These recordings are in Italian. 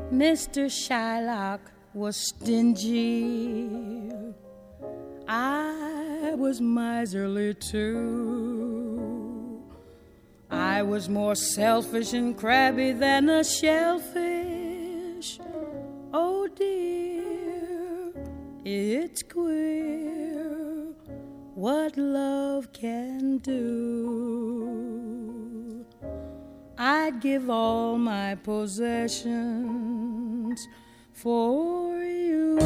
Mr. Shylock was stingy. I was miserly too. I was more selfish and crabby than a shellfish. Oh dear, it's queer what love can do. I'd give all my possessions for you.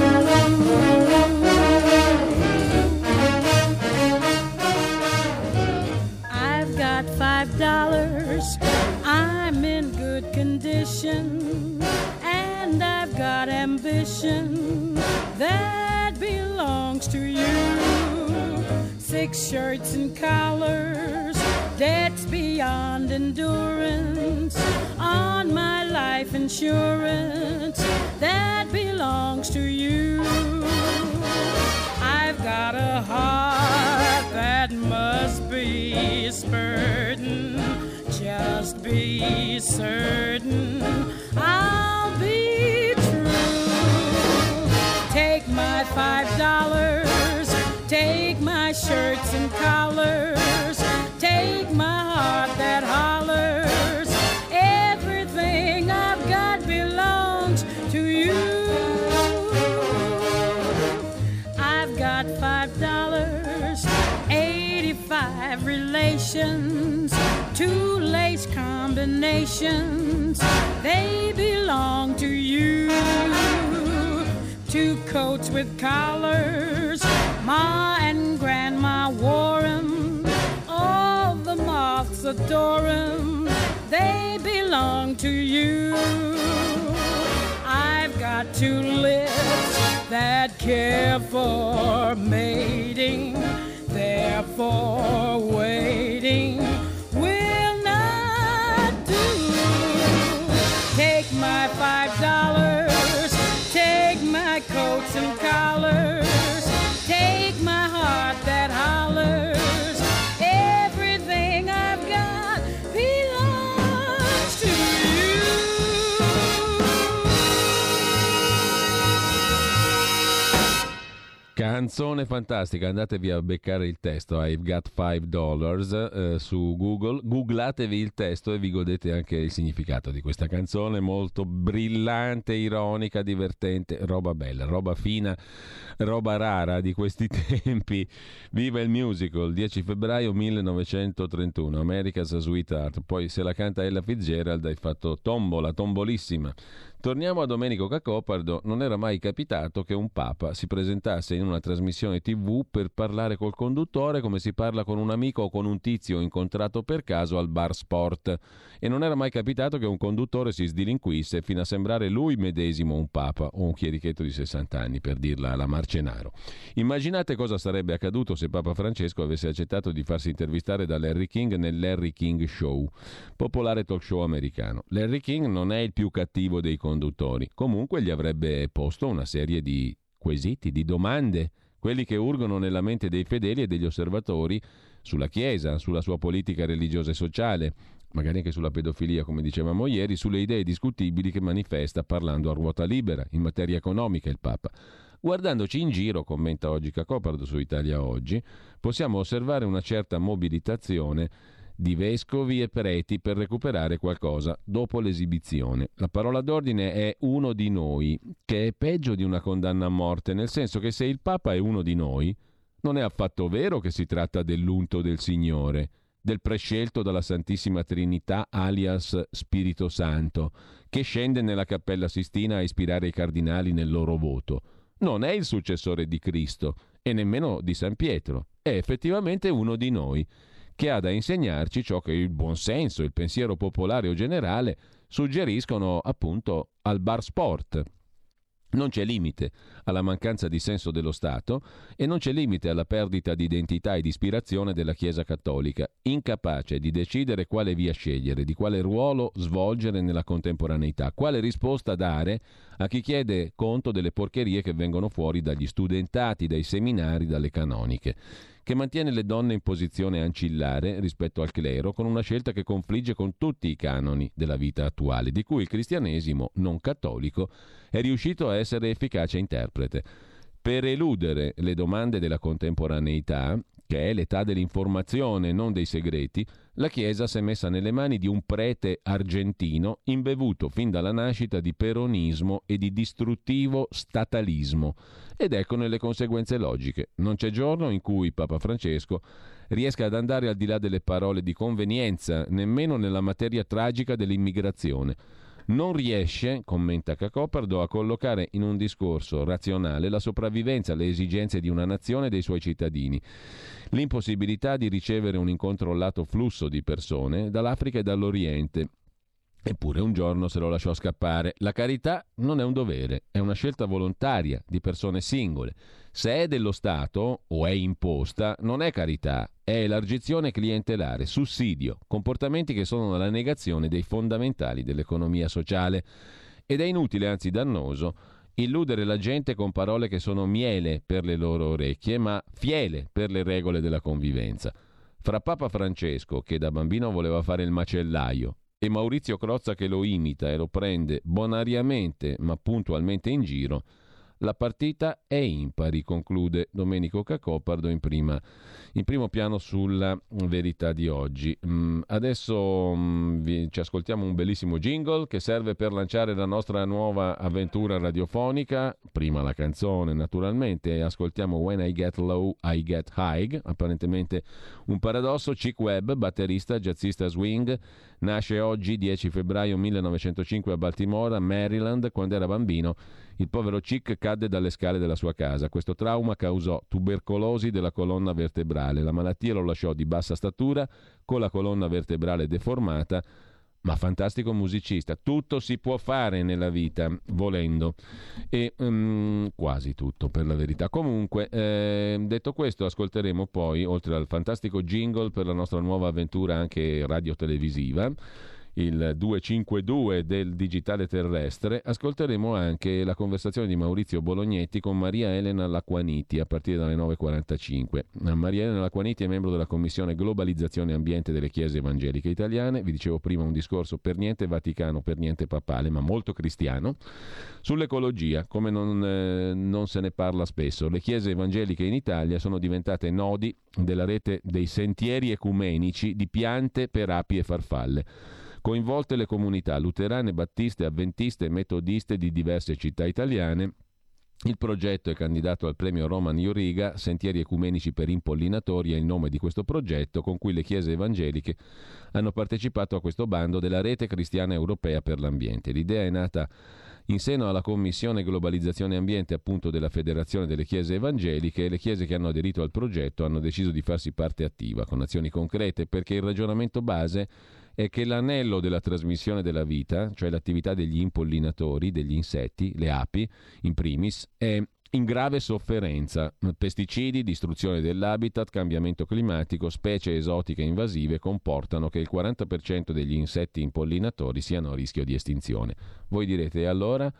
I've got $5, I'm in good condition, and I've got ambition that belongs to you. 6 shirts and collars, debts beyond endurance, on my life insurance that belongs to you. I've got a heart that must be spurting, just be certain I'll be true. Take my $5, take my shirts and collars, take my heart that hollers, everything I've got belongs to you. I've got $5, 85 relations, 2 lace combinations, they belong to you. 2 coats with collars, Ma and Grandma wore 'em, all the moths adore 'em, they belong to you. I've got 2 lips that care for mating, therefore waiting will not do. Take my $5, take my coats and collars, take my heart that hollers, everything I've got belongs to you. Canzone fantastica, andatevi a beccare il testo, I've got $5 su Google, googlatevi il testo e vi godete anche il significato di questa canzone, molto brillante, ironica, divertente, roba bella, roba fina, roba rara di questi tempi. Viva il musical, 10 febbraio 1931, America's Sweetheart, poi se la canta Ella Fitzgerald hai fatto tombola, tombolissima. Torniamo a Domenico Cacopardo. Non era mai capitato che un papa si presentasse in una trasmissione TV per parlare col conduttore come si parla con un amico o con un tizio incontrato per caso al bar sport, e non era mai capitato che un conduttore si sdilinquisse fino a sembrare lui medesimo un papa o un chierichetto di 60 anni, per dirla alla Marcenaro. Immaginate cosa sarebbe accaduto se Papa Francesco avesse accettato di farsi intervistare da Larry King nell'Harry King Show, popolare talk show americano. Larry King non è il più cattivo dei conduttori, comunque gli avrebbe posto una serie di quesiti, di domande, quelli che urgono nella mente dei fedeli e degli osservatori sulla Chiesa, sulla sua politica religiosa e sociale, magari anche sulla pedofilia, come dicevamo ieri, sulle idee discutibili che manifesta parlando a ruota libera in materia economica il Papa. Guardandoci in giro, commenta oggi Cacopardo su Italia Oggi, possiamo osservare una certa mobilitazione di vescovi e preti per recuperare qualcosa dopo l'esibizione. La parola d'ordine è uno di noi, che è peggio di una condanna a morte, nel senso che se il Papa è uno di noi, non è affatto vero che si tratta dell'unto del Signore, del prescelto dalla Santissima Trinità alias Spirito Santo, che scende nella Cappella Sistina a ispirare i cardinali nel loro voto. Non è il successore di Cristo e nemmeno di San Pietro, è effettivamente uno di noi, che ha da insegnarci ciò che il buonsenso, il pensiero popolare o generale suggeriscono appunto al bar sport. Non c'è limite alla mancanza di senso dello Stato e non c'è limite alla perdita di identità e di ispirazione della Chiesa Cattolica, incapace di decidere quale via scegliere, di quale ruolo svolgere nella contemporaneità, quale risposta dare a chi chiede conto delle porcherie che vengono fuori dagli studentati, dai seminari, dalle canoniche. che mantiene le donne in posizione ancillare rispetto al clero, con una scelta che confligge con tutti i canoni della vita attuale, di cui il cristianesimo non cattolico è riuscito a essere efficace interprete. Per eludere le domande della contemporaneità, che è l'età dell'informazione, non dei segreti, la Chiesa si è messa nelle mani di un prete argentino imbevuto fin dalla nascita di peronismo e di distruttivo statalismo. Ed eccone le conseguenze logiche. Non c'è giorno in cui Papa Francesco riesca ad andare al di là delle parole di convenienza, nemmeno nella materia tragica dell'immigrazione. Non riesce, commenta Cacopardo, a collocare in un discorso razionale la sopravvivenza, le esigenze di una nazione e dei suoi cittadini, l'impossibilità di ricevere un incontrollato flusso di persone dall'Africa e dall'Oriente. Eppure un giorno se lo lasciò scappare. La carità non è un dovere, è una scelta volontaria di persone singole. Se è dello Stato o è imposta, non è carità, è elargizione clientelare, sussidio, comportamenti che sono la negazione dei fondamentali dell'economia sociale. Ed è inutile, anzi dannoso, illudere la gente con parole che sono miele per le loro orecchie, ma fiele per le regole della convivenza. Fra Papa Francesco, che da bambino voleva fare il macellaio, e Maurizio Crozza che lo imita e lo prende bonariamente ma puntualmente in giro, la partita è impari, conclude Domenico Cacopardo in primo piano sulla Verità di oggi. Adesso ci ascoltiamo un bellissimo jingle che serve per lanciare la nostra nuova avventura radiofonica. Prima la canzone, naturalmente, e ascoltiamo When I Get Low, I Get High, apparentemente un paradosso. Chick Webb, batterista, jazzista swing, nasce oggi 10 febbraio 1905 a Baltimora, Maryland. Quando era bambino il povero Chick cadde dalle scale della sua casa. Questo trauma causò tubercolosi della colonna vertebrale. La malattia lo lasciò di bassa statura, con la colonna vertebrale deformata, ma fantastico musicista. Tutto si può fare nella vita, volendo. E quasi tutto, per la verità. Comunque, detto questo, ascolteremo poi, oltre al fantastico jingle per la nostra nuova avventura anche radiotelevisiva, il 252 del digitale terrestre, ascolteremo anche la conversazione di Maurizio Bolognetti con Maria Elena Lacquaniti a partire dalle 9.45. Maria Elena Lacquaniti è membro della Commissione Globalizzazione e Ambiente delle Chiese Evangeliche Italiane. Vi dicevo prima un discorso per niente vaticano, per niente papale, ma molto cristiano, sull'ecologia, come non se ne parla spesso. Le chiese evangeliche in Italia sono diventate nodi della rete dei sentieri ecumenici di piante per api e farfalle. Coinvolte le comunità luterane, battiste, avventiste e metodiste di diverse città italiane, il progetto è candidato al premio Roman Iuriga. Sentieri ecumenici per impollinatori è il nome di questo progetto con cui le chiese evangeliche hanno partecipato a questo bando della Rete Cristiana Europea per l'Ambiente. L'idea è nata in seno alla Commissione Globalizzazione e Ambiente, appunto, della Federazione delle Chiese Evangeliche, e le chiese che hanno aderito al progetto hanno deciso di farsi parte attiva con azioni concrete, perché il ragionamento base è che l'anello della trasmissione della vita, cioè l'attività degli impollinatori, degli insetti, le api in primis, è in grave sofferenza. Pesticidi, distruzione dell'habitat, cambiamento climatico, specie esotiche invasive comportano che il 40% degli insetti impollinatori siano a rischio di estinzione. Voi direte, e allora?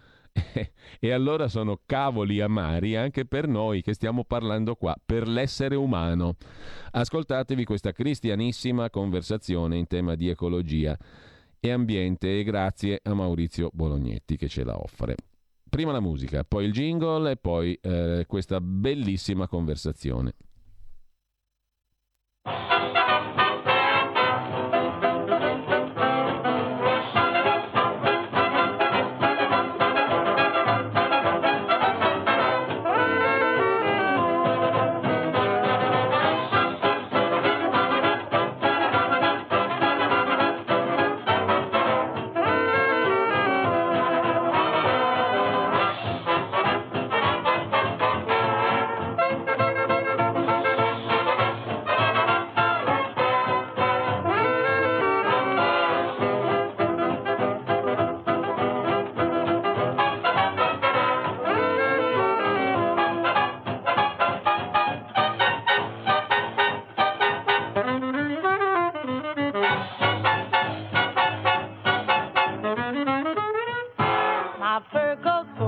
E allora sono cavoli amari anche per noi che stiamo parlando qua, per l'essere umano. Ascoltatevi questa cristianissima conversazione in tema di ecologia e ambiente, e grazie a Maurizio Bolognetti che ce la offre. Prima la musica, poi il jingle e poi questa bellissima conversazione.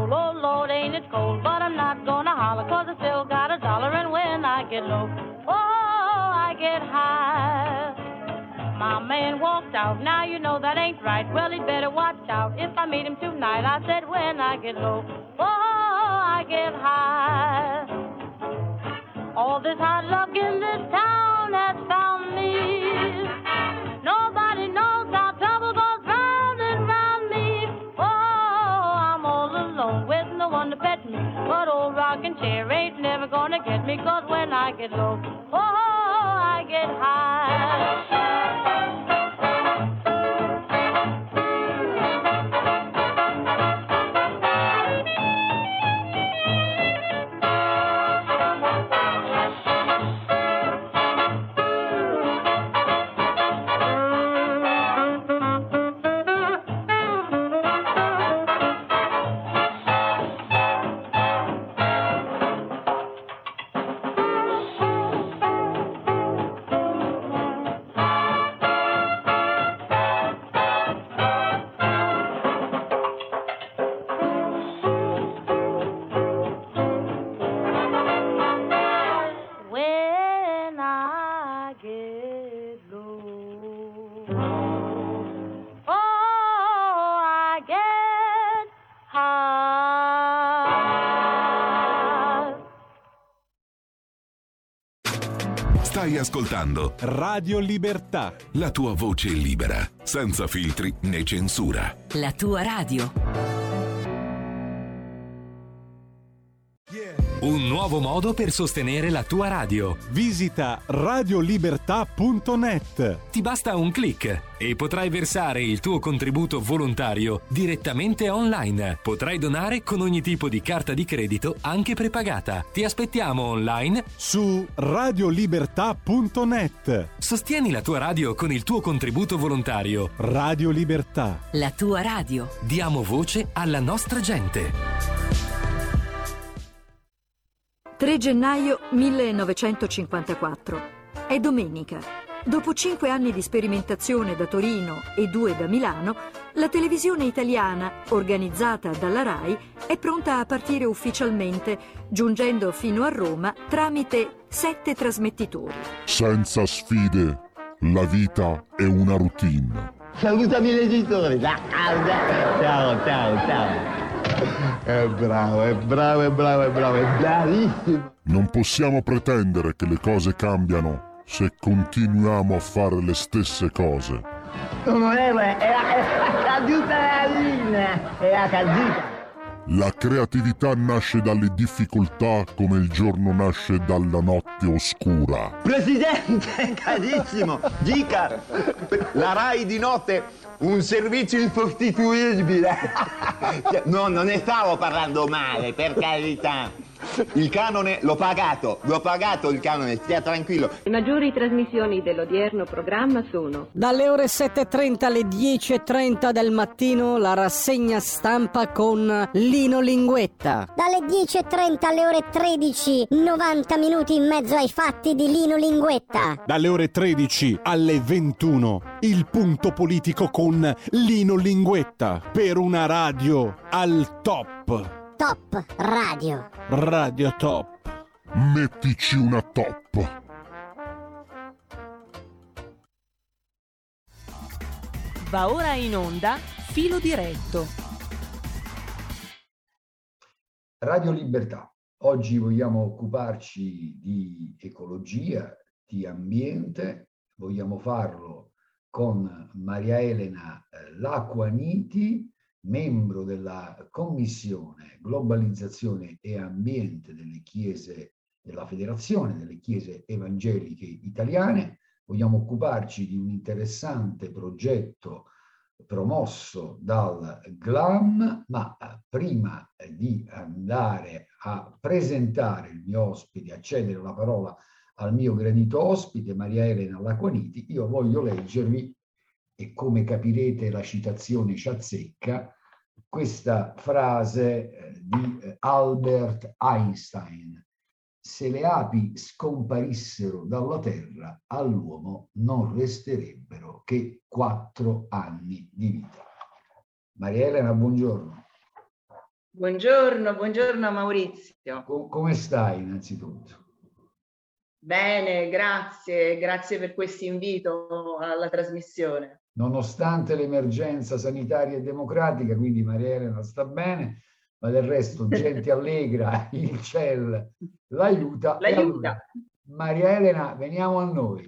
Get low. Oh, get high. My man walked out, now you know that ain't right. Well, he'd better watch out if I meet him tonight. I said when I get low, oh, I get high. All this hard luck in this town has found me. Nobody knows how trouble goes round and round me. Oh, I'm all alone with no one to pet me. But old rocking chair ain't never gonna get me. 'Cause when I get low, oh, I get high. Stai ascoltando Radio Libertà, la tua voce libera, senza filtri né censura. La tua radio. Un nuovo modo per sostenere la tua radio. Visita radiolibertà.net. Ti basta un click e potrai versare il tuo contributo volontario direttamente online. Potrai donare con ogni tipo di carta di credito, anche prepagata. Ti aspettiamo online su radiolibertà.net. Sostieni la tua radio con il tuo contributo volontario. Radio Libertà. La tua radio. Diamo voce alla nostra gente. 3 gennaio 1954. È domenica. Dopo 5 anni di sperimentazione da Torino e 2 da Milano, la televisione italiana, organizzata dalla RAI, è pronta a partire ufficialmente, giungendo fino a Roma tramite 7 trasmettitori. Senza sfide, la vita è una routine. Salutami l'editore. Ciao. È bravo, è bravissimo. Non possiamo pretendere che le cose cambiano se continuiamo a fare le stesse cose. Non è caduta la linea, è caduta. La creatività nasce dalle difficoltà come il giorno nasce dalla notte oscura. Presidente, carissimo, dica, la RAI di notte, un servizio insostituibile. No, non ne stavo parlando male, per carità. Il canone l'ho pagato il canone, stia tranquillo. Le maggiori trasmissioni dell'odierno programma sono: dalle ore 7:30 alle 10:30 del mattino la rassegna stampa con Lino Linguetta. Dalle 10:30 alle ore 13, 90 minuti in mezzo ai fatti di Lino Linguetta. Dalle ore 13 alle 21, il punto politico con Lino Linguetta, per una radio al top. Top Radio. Radio Top. Mettici una top. Va ora in onda Filo Diretto. Radio Libertà. Oggi vogliamo occuparci di ecologia, di ambiente. Vogliamo farlo con Maria Elena Laquaniti, membro della Commissione Globalizzazione e Ambiente delle Chiese, della Federazione delle Chiese Evangeliche Italiane. Vogliamo occuparci di un interessante progetto promosso dal GLAM, ma prima di andare a presentare il mio ospite, a cedere la parola al mio gradito ospite, Maria Elena Laquaniti, io voglio leggervi, e come capirete la citazione ci azzecca, questa frase di Albert Einstein: se le api scomparissero dalla Terra, all'uomo non resterebbero che 4 anni di vita. Maria Elena, buongiorno. Buongiorno Maurizio. Come stai innanzitutto? Bene, grazie per questo invito alla trasmissione. Nonostante l'emergenza sanitaria e democratica, quindi Maria Elena sta bene, ma del resto gente allegra, il CEL l'aiuta. Allora, Maria Elena, veniamo a noi.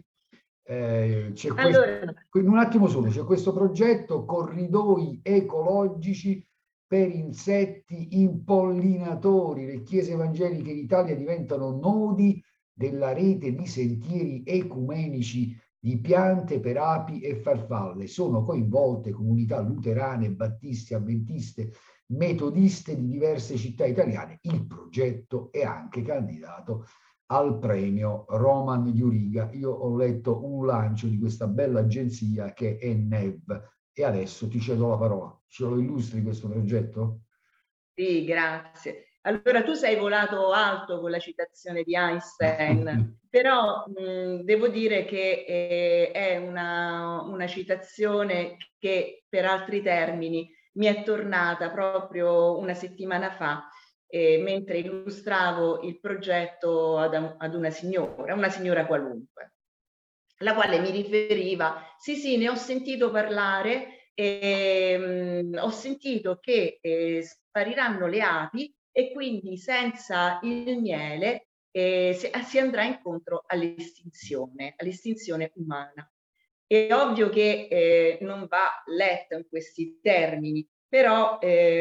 Un attimo solo, c'è questo progetto Corridoi ecologici per insetti impollinatori. Le chiese evangeliche in Italia diventano nodi della rete di sentieri ecumenici di piante per api e farfalle. Sono coinvolte comunità luterane, battiste, avventiste, metodiste di diverse città italiane. Il progetto è anche candidato al premio Roman Juriga. Io ho letto un lancio di questa bella agenzia che è NEV e adesso ti cedo la parola. Ce lo illustri questo progetto? Sì, grazie. Allora, tu sei volato alto con la citazione di Einstein, però devo dire che è una citazione che per altri termini mi è tornata proprio una settimana fa, mentre illustravo il progetto ad una signora qualunque, la quale mi riferiva, sì, ne ho sentito parlare, ho sentito che spariranno le api e quindi senza il miele si andrà incontro all'estinzione umana. È ovvio che non va letta in questi termini, però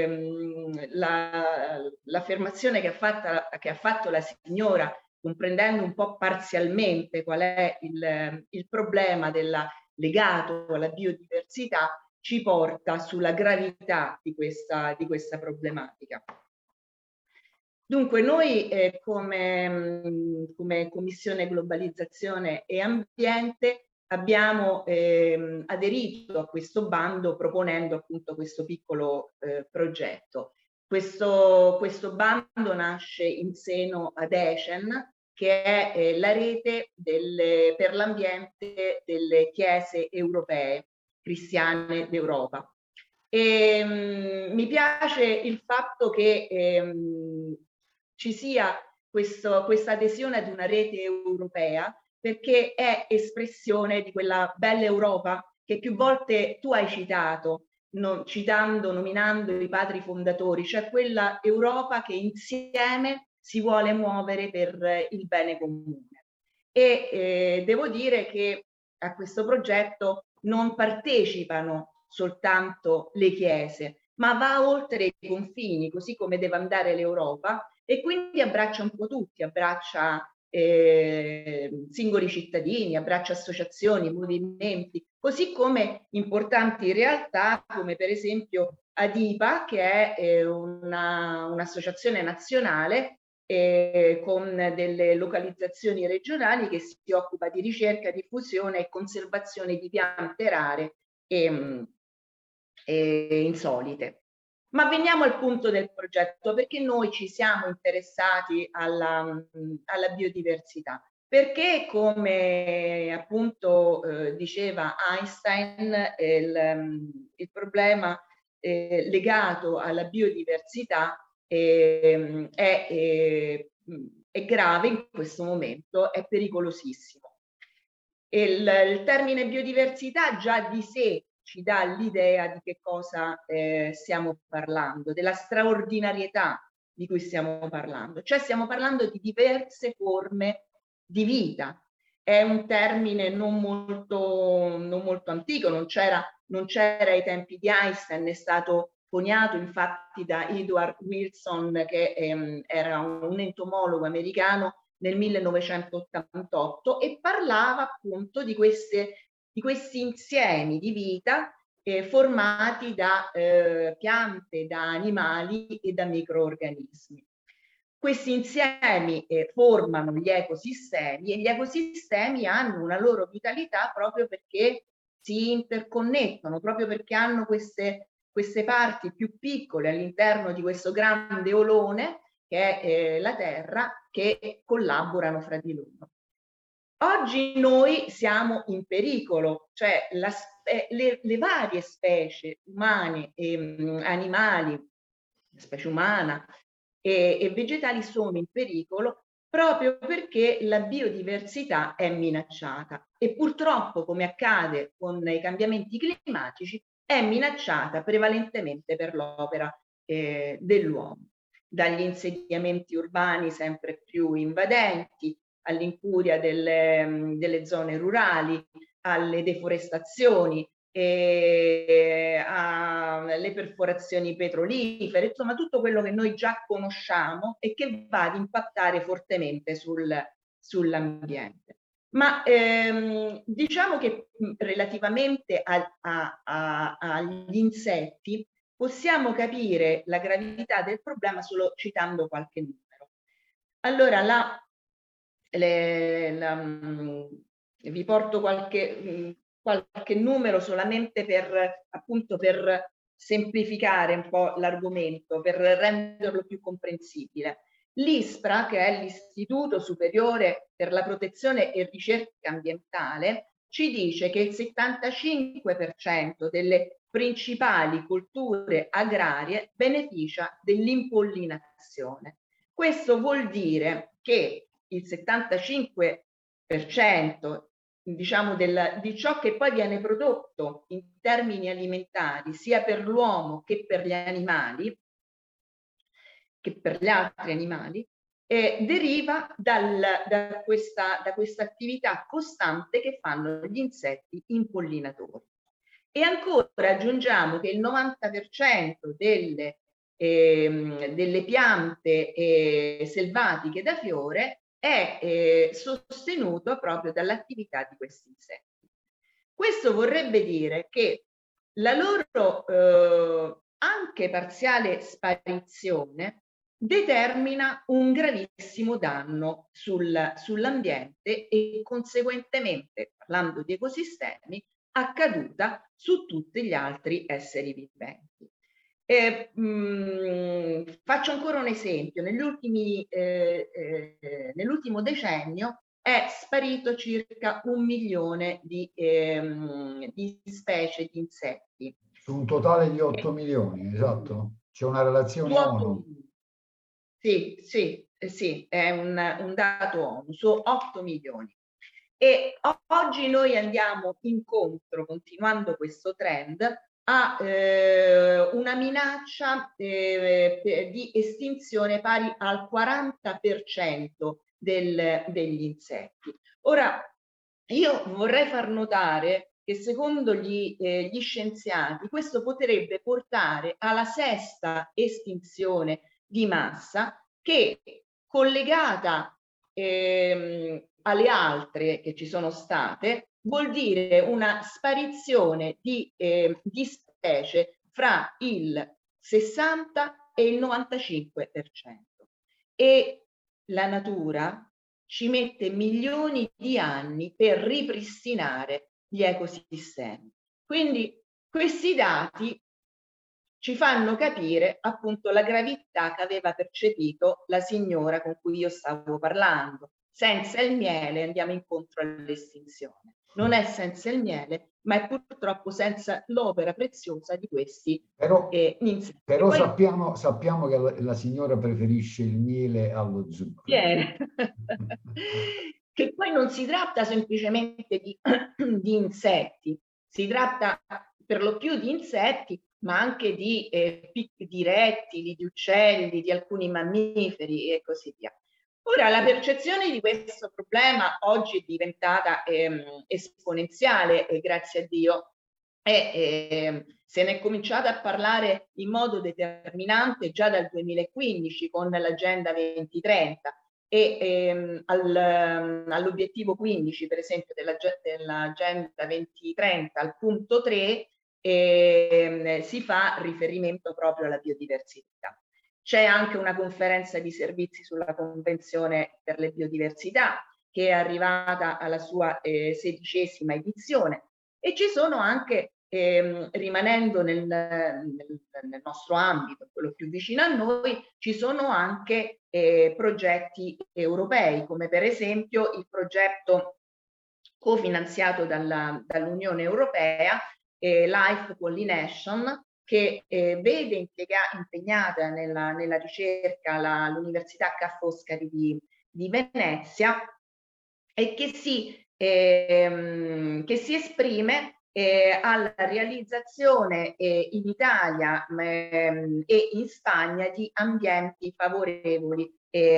l'affermazione che ha fatto la signora, comprendendo un po' parzialmente qual è il problema legato alla biodiversità, ci porta sulla gravità di questa problematica. Dunque, noi come Commissione Globalizzazione e Ambiente abbiamo aderito a questo bando proponendo appunto questo piccolo progetto. Questo bando nasce in seno ad ECEN, che è la rete per l'ambiente delle chiese europee cristiane d'Europa. E mi piace il fatto che ci sia questa adesione ad una rete europea, perché è espressione di quella bella Europa che più volte tu hai citato, nominando i padri fondatori, cioè quella Europa che insieme si vuole muovere per il bene comune. E devo dire che a questo progetto non partecipano soltanto le chiese, ma va oltre i confini, così come deve andare l'Europa, e quindi abbraccia un po' tutti, abbraccia singoli cittadini, abbraccia associazioni, movimenti, così come importanti realtà come per esempio ADIPA, che è un'associazione nazionale con delle localizzazioni regionali che si occupa di ricerca, diffusione e conservazione di piante rare e insolite. Ma veniamo al punto del progetto, perché noi ci siamo interessati alla biodiversità, perché come appunto diceva Einstein, il problema legato alla biodiversità è grave in questo momento, è pericolosissimo. Il termine biodiversità già di sé ci dà l'idea di che cosa stiamo parlando, della straordinarietà di cui stiamo parlando. Cioè stiamo parlando di diverse forme di vita. È un termine non molto antico, non c'era ai tempi di Einstein, è stato coniato infatti da Edward Wilson, che era un entomologo americano nel 1988, e parlava appunto di questi insiemi di vita formati da piante, da animali e da microorganismi. Questi insiemi formano gli ecosistemi, e gli ecosistemi hanno una loro vitalità proprio perché si interconnettono, proprio perché hanno queste parti più piccole all'interno di questo grande olone che è la Terra, che collaborano fra di loro. Oggi noi siamo in pericolo, cioè le varie specie umane e animali, specie umana e vegetali sono in pericolo proprio perché la biodiversità è minacciata e purtroppo, come accade con i cambiamenti climatici, è minacciata prevalentemente per l'opera dell'uomo, dagli insediamenti urbani sempre più invadenti, all'incuria delle zone rurali, alle deforestazioni, alle perforazioni petrolifere, insomma tutto quello che noi già conosciamo e che va ad impattare fortemente sull'ambiente. Ma diciamo che relativamente agli insetti possiamo capire la gravità del problema solo citando qualche numero. Allora, vi porto qualche numero solamente per semplificare un po' l'argomento, per renderlo più comprensibile. L'ISPRA, che è l'Istituto Superiore per la Protezione e Ricerca Ambientale, ci dice che il 75% delle principali colture agrarie beneficia dell'impollinazione. Questo vuol dire che il 75% diciamo di ciò che poi viene prodotto in termini alimentari sia per l'uomo che per gli animali, che per gli altri animali, deriva da questa attività costante che fanno gli insetti impollinatori. E ancora aggiungiamo che il 90% delle piante selvatiche da fiore è sostenuto proprio dall'attività di questi insetti. Questo vorrebbe dire che la loro anche parziale sparizione determina un gravissimo danno sull'ambiente e conseguentemente, parlando di ecosistemi, accaduta su tutti gli altri esseri viventi. Faccio ancora un esempio. Nell'ultimo decennio è sparito circa 1 milione di specie di insetti. Su un totale di 8 milioni, esatto? C'è una relazione ONU. Sì, è un dato ONU, su 8 milioni. E oggi noi andiamo incontro, continuando questo trend, a una minaccia di estinzione pari al 40% degli insetti. Ora, io vorrei far notare che secondo gli scienziati questo potrebbe portare alla 6ª estinzione di massa che, collegata alle altre che ci sono state, vuol dire una sparizione di specie fra il 60 e il 95%. E la natura ci mette milioni di anni per ripristinare gli ecosistemi. Quindi questi dati ci fanno capire appunto la gravità che aveva percepito la signora con cui io stavo parlando. Senza il miele andiamo incontro all'estinzione. Non è senza il miele, ma è purtroppo senza l'opera preziosa di questi insetti. Però poi, sappiamo che la signora preferisce il miele allo zucchero. Che poi non si tratta semplicemente di insetti, si tratta per lo più di insetti, ma anche di rettili, di uccelli, di alcuni mammiferi e così via. Ora, la percezione di questo problema oggi è diventata esponenziale, grazie a Dio, e se ne è cominciato a parlare in modo determinante già dal 2015 con l'Agenda 2030 e all'obiettivo 15, per esempio, dell'Agenda 2030, al punto 3, si fa riferimento proprio alla biodiversità. C'è anche una conferenza di servizi sulla Convenzione per le biodiversità che è arrivata alla sua 16ª edizione e ci sono anche, rimanendo nel nostro ambito, quello più vicino a noi, ci sono anche progetti europei, come per esempio il progetto cofinanziato dall'Unione Europea, Life Pollination, che vede impegnata nella ricerca l'Università Ca' Foscari Venezia e che si esprime alla realizzazione in Italia e in Spagna di ambienti favorevoli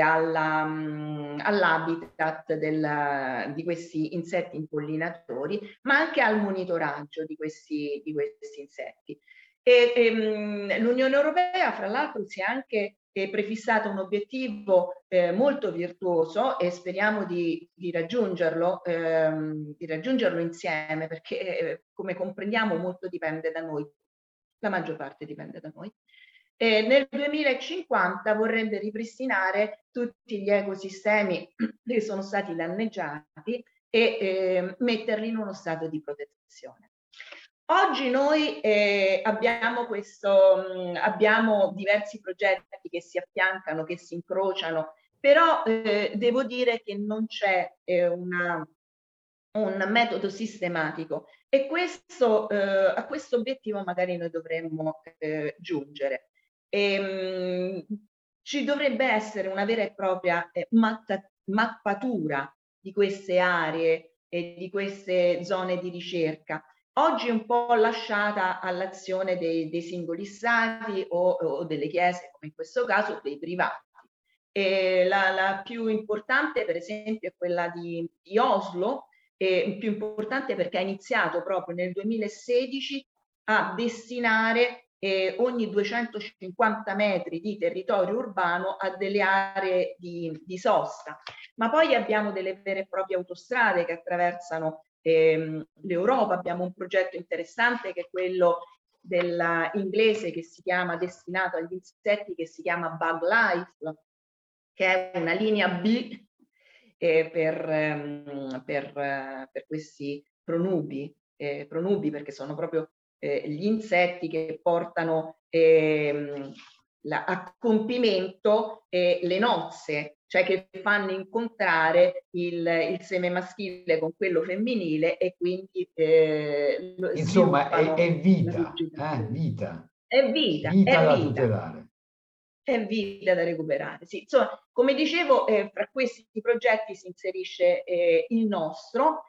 all'habitat di questi insetti impollinatori, ma anche al monitoraggio di questi insetti. L'Unione Europea, fra l'altro, si è anche prefissata un obiettivo molto virtuoso e speriamo di raggiungerlo insieme, perché come comprendiamo molto dipende da noi, la maggior parte dipende da noi. Nel 2050 vorrebbe ripristinare tutti gli ecosistemi che sono stati danneggiati e metterli in uno stato di protezione. Oggi noi abbiamo diversi progetti che si affiancano, che si incrociano, però devo dire che non c'è un metodo sistematico e a questo obiettivo magari noi dovremmo giungere. Ci dovrebbe essere una vera e propria mappatura di queste aree e di queste zone di ricerca. Oggi è un po' lasciata all'azione dei singoli stati o delle chiese, come in questo caso, dei privati. La più importante, per esempio, è quella di Oslo, più importante perché ha iniziato proprio nel 2016 a destinare ogni 250 metri di territorio urbano a delle aree di sosta. Ma poi abbiamo delle vere e proprie autostrade che attraversano l'Europa. Abbiamo un progetto interessante che è quello inglese che si chiama, destinato agli insetti, che si chiama Bug Life, che è una linea B per questi pronubi, perché sono proprio gli insetti che portano a compimento le nozze, cioè che fanno incontrare il seme maschile con quello femminile e quindi insomma è vita, vita. È vita da tutelare. È vita da recuperare. Sì, insomma, come dicevo, fra questi progetti si inserisce il nostro.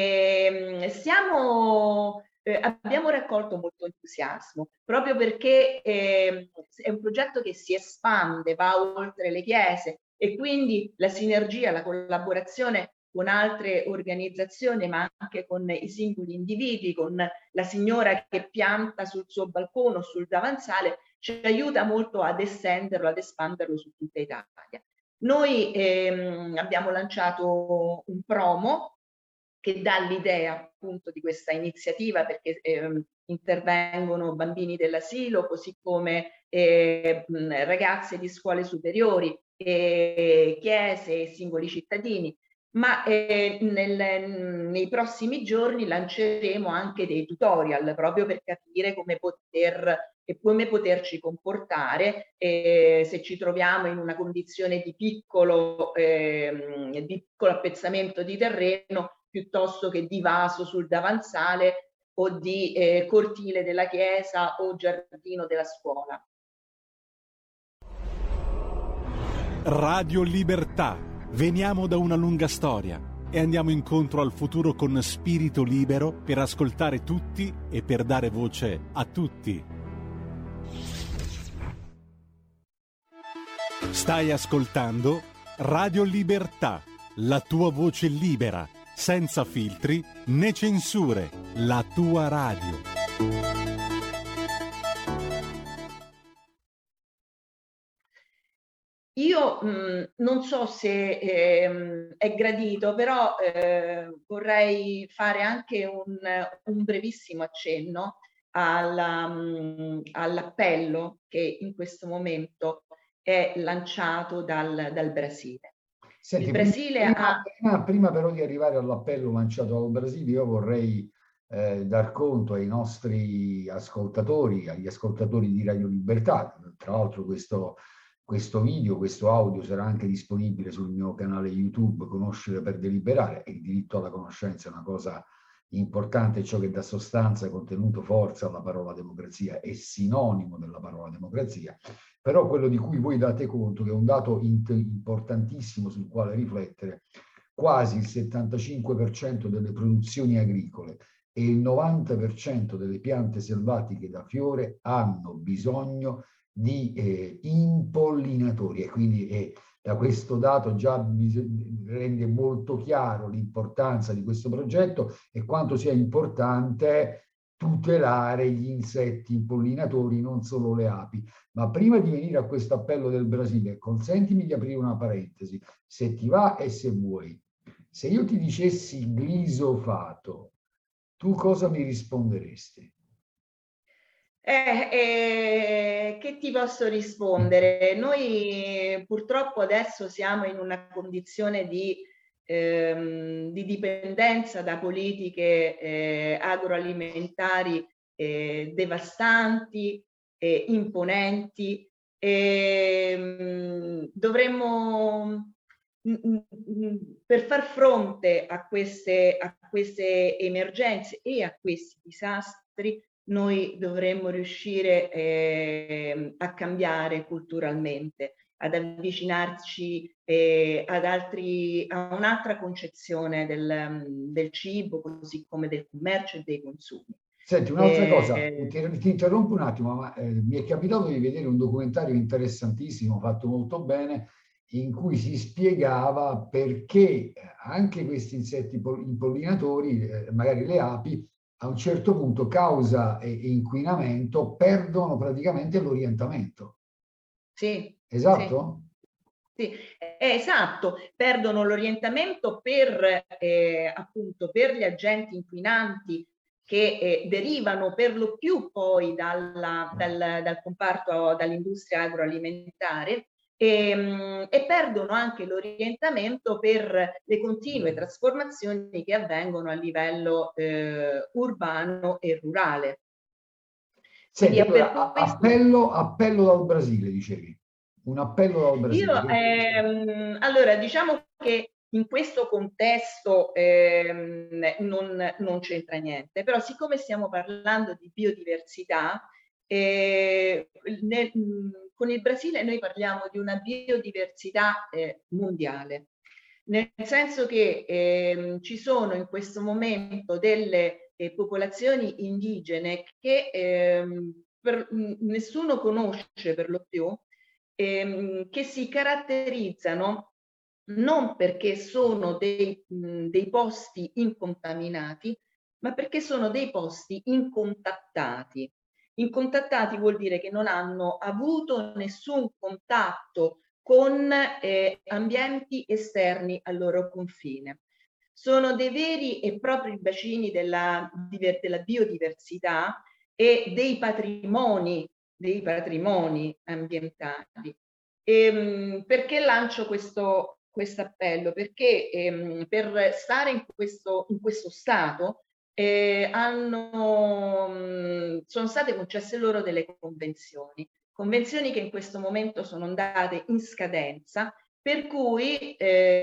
Abbiamo raccolto molto entusiasmo, proprio perché è un progetto che si espande, va oltre le chiese e quindi la sinergia, la collaborazione con altre organizzazioni, ma anche con i singoli individui, con la signora che pianta sul suo balcone o sul davanzale, ci aiuta molto ad estenderlo, ad espanderlo su tutta Italia. Noi abbiamo lanciato un promo che dà l'idea appunto di questa iniziativa, perché intervengono bambini dell'asilo, così come ragazze di scuole superiori, chiese e singoli cittadini, ma nei prossimi giorni lanceremo anche dei tutorial proprio per capire come poterci comportare se ci troviamo in una condizione di piccolo appezzamento di terreno piuttosto che di vaso sul davanzale o di cortile della chiesa o giardino della scuola. Radio Libertà. Veniamo da una lunga storia e andiamo incontro al futuro con spirito libero per ascoltare tutti e per dare voce a tutti. Stai ascoltando Radio Libertà, la tua voce libera, senza filtri né censure, la tua radio. Io non so se è gradito, però vorrei fare anche un brevissimo accenno all'appello che in questo momento è lanciato dal Brasile. Senti, il Brasile prima però di arrivare all'appello lanciato dal Brasile, io vorrei dar conto ai nostri ascoltatori, agli ascoltatori di Radio Libertà. Tra l'altro questo video, questo audio sarà anche disponibile sul mio canale YouTube Conoscere per Deliberare, e il diritto alla conoscenza è una cosa importante, ciò che dà sostanza, contenuto, forza alla parola democrazia, è sinonimo della parola democrazia, però quello di cui voi date conto, che è un dato importantissimo sul quale riflettere, quasi il 75% delle produzioni agricole e il 90% delle piante selvatiche da fiore hanno bisogno di impollinatori, e quindi da questo dato già rende molto chiaro l'importanza di questo progetto e quanto sia importante tutelare gli insetti impollinatori, non solo le api. Ma prima di venire a questo appello del Brasile, consentimi di aprire una parentesi, se ti va e se vuoi. Se io ti dicessi glisofato, tu cosa mi risponderesti? Che ti posso rispondere? Noi purtroppo adesso siamo in una condizione di dipendenza da politiche agroalimentari devastanti, imponenti. Dovremmo, per far fronte a queste emergenze e a questi disastri, noi dovremmo riuscire a cambiare culturalmente, ad avvicinarci a un'altra concezione del cibo, così come del commercio e dei consumi. Senti, un'altra cosa, ti interrompo un attimo, ma mi è capitato di vedere un documentario interessantissimo, fatto molto bene, in cui si spiegava perché anche questi insetti impollinatori, magari le api, a un certo punto, causa inquinamento, perdono praticamente l'orientamento. Sì. Esatto? Sì, esatto, perdono l'orientamento appunto per gli agenti inquinanti che derivano per lo più poi dal comparto, dall'industria agroalimentare, e perdono anche l'orientamento per le continue trasformazioni che avvengono a livello urbano e rurale. Senti, allora, appello dal Brasile, dicevi. Un appello dal Brasile. Allora, diciamo che in questo contesto non c'entra niente, però siccome stiamo parlando di biodiversità, con il Brasile noi parliamo di una biodiversità mondiale, nel senso che ci sono in questo momento delle popolazioni indigene che nessuno conosce per lo più, che si caratterizzano non perché sono dei posti incontaminati, ma perché sono dei posti incontattati. Incontattati vuol dire che non hanno avuto nessun contatto con ambienti esterni al loro confine. Sono dei veri e propri bacini della biodiversità e dei patrimoni ambientali. Perché lancio questo appello? Perché per stare in questo stato sono state concesse loro delle convenzioni che in questo momento sono andate in scadenza, per cui